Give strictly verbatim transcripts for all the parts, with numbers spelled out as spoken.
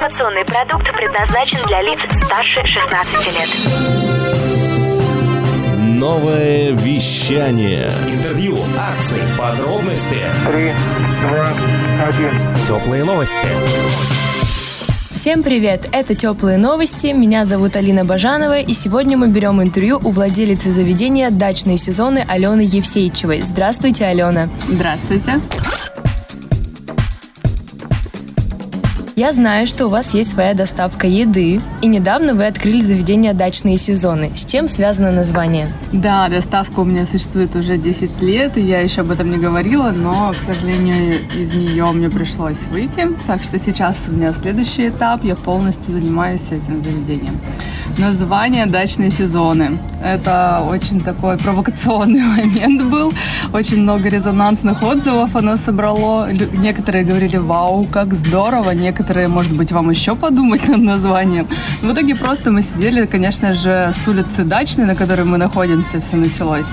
Информационный продукт предназначен для лиц старше шестнадцати лет. Новое вещание. Интервью, акции, подробности. Три, два, один. Теплые новости. Всем привет! Это «Теплые новости». Меня зовут Алина Бажанова, и сегодня мы берем интервью у владелицы заведения «Дачные сезоны» Алены Евсеичевой. Здравствуйте, Алена! Здравствуйте! Я знаю, что у вас есть своя доставка еды, и недавно вы открыли заведение «Дачные сезоны». С чем связано название? Да, доставка у меня существует уже десять лет, и я еще об этом не говорила, но, к сожалению, из нее мне пришлось выйти. Так что сейчас у меня следующий этап, я полностью занимаюсь этим заведением. Название «Дачные сезоны». Это очень такой провокационный момент был. Очень много резонансных отзывов оно собрало. Некоторые говорили: «Вау, как здорово!» Некоторые, может быть, вам еще подумать над названием. В итоге просто мы сидели, конечно же, с улицы Дачной, на которой мы находимся, все началось.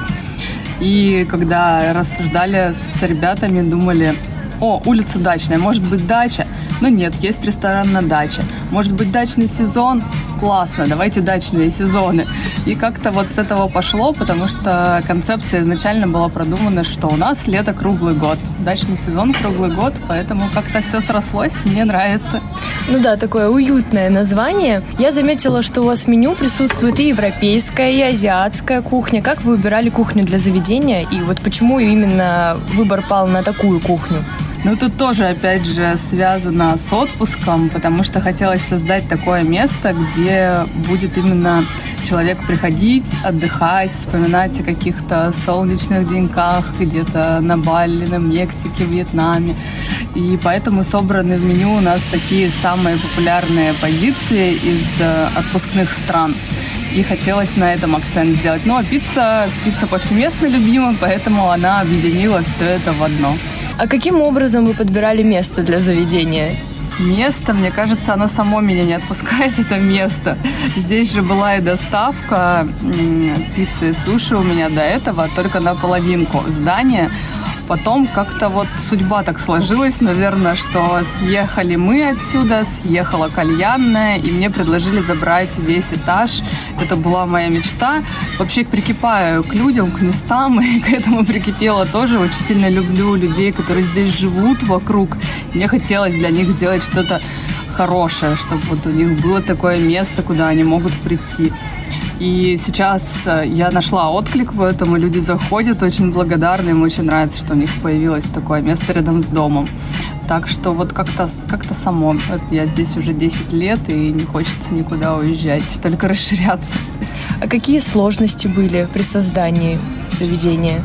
И когда рассуждали с ребятами, думали: о, улица Дачная, может быть, дача? Но нет, есть ресторан на даче. Может быть, дачный сезон? Классно, давайте дачные сезоны. И как-то вот с этого пошло, потому что концепция изначально была продумана, что у нас лето круглый год. Дачный сезон круглый год, поэтому как-то все срослось, мне нравится. Ну да, такое уютное название. Я заметила, что у вас в меню присутствует и европейская, и азиатская кухня. Как вы выбирали кухню для заведения, и вот почему именно выбор пал на такую кухню? Ну, тут тоже, опять же, связано с отпуском, потому что хотелось создать такое место, где будет именно человек приходить, отдыхать, вспоминать о каких-то солнечных деньках где-то на Бали, на Мексике, Вьетнаме. И поэтому собраны в меню у нас такие самые популярные позиции из отпускных стран. И хотелось на этом акцент сделать. Ну, а пицца, пицца повсеместно любима, поэтому она объединила все это в одно. А каким образом вы подбирали место для заведения? Место, мне кажется, оно само меня не отпускает, это место. Здесь же была и доставка пиццы и суши у меня до этого, только на половинку здания. Потом как-то вот судьба так сложилась, наверное, что съехали мы отсюда, съехала кальянная, и мне предложили забрать весь этаж. Это была моя мечта. Вообще прикипаю к людям, к местам, и к этому прикипела тоже. Очень сильно люблю людей, которые здесь живут вокруг. Мне хотелось для них сделать что-то хорошее, чтобы вот у них было такое место, куда они могут прийти. И сейчас я нашла отклик в этом, и люди заходят, очень благодарны, им очень нравится, что у них появилось такое место рядом с домом. Так что вот как-то, как-то само. Вот я здесь уже десять лет, и не хочется никуда уезжать, только расширяться. А какие сложности были при создании заведения?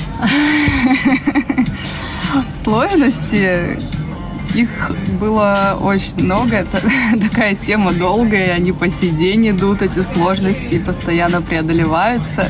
Сложности... Их было очень много, это такая тема долгая, они по сей день идут, эти сложности, и постоянно преодолеваются.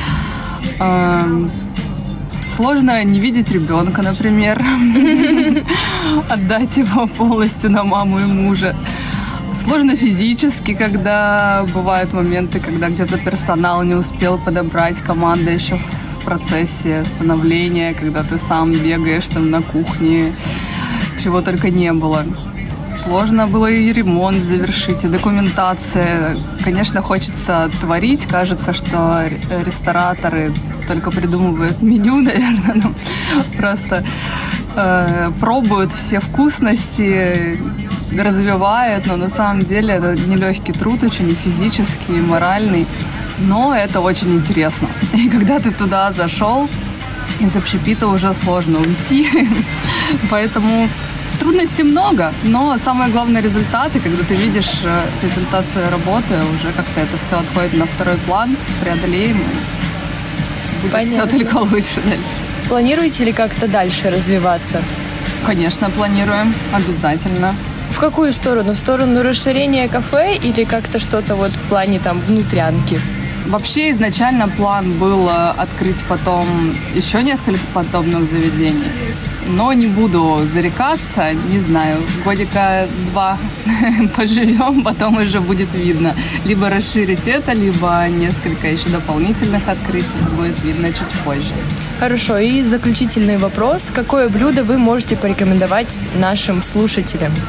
Сложно не видеть ребенка, например, отдать его полностью на маму и мужа. Сложно физически, когда бывают моменты, когда где-то персонал не успел подобрать, команда еще в процессе становления, когда ты сам бегаешь там на кухне, чего только не было. Сложно было и ремонт завершить, и документация. Конечно, хочется творить. Кажется, что рестораторы только придумывают меню, наверное, ну, просто э, пробуют все вкусности, развивают, но на самом деле это нелегкий труд, очень и физический, и моральный. Но это очень интересно. И когда ты туда зашел, из общепита уже сложно уйти. Поэтому трудностей много, но самое главное — результаты. Когда ты видишь результат своей работы, уже как-то это все отходит на второй план, преодолеем, будет Понятно. Все только лучше дальше. Планируете ли как-то дальше развиваться? Конечно, планируем, обязательно. В какую сторону? В сторону расширения кафе или как-то что-то вот в плане там внутрянки? Вообще изначально план был открыть потом еще несколько подобных заведений. Но не буду зарекаться, не знаю, годика два поживем, потом уже будет видно. Либо расширить это, либо несколько еще дополнительных открытий, будет видно чуть позже. Хорошо, и заключительный вопрос. Какое блюдо вы можете порекомендовать нашим слушателям?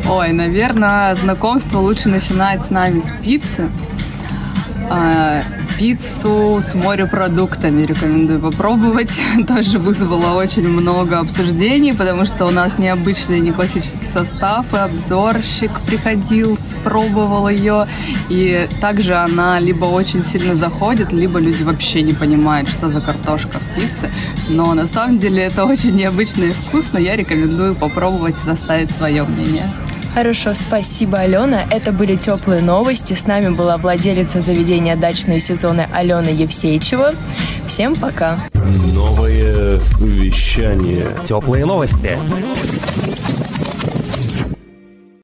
Ой, наверное, знакомство лучше начинать с нами с пиццы. А, пиццу с морепродуктами рекомендую попробовать. Тоже вызвало очень много обсуждений, потому что у нас необычный, не классический состав, и обзорщик приходил, пробовал ее. И также она либо очень сильно заходит, либо люди вообще не понимают, что за картошка в пицце. Но на самом деле это очень необычно и вкусно. Я рекомендую попробовать и составить свое мнение. Хорошо, спасибо, Алена. Это были теплые новости. С нами была владелица заведения «Дачные сезоны» Алена Евсеичева. Всем пока. Новое вещание. Теплые новости.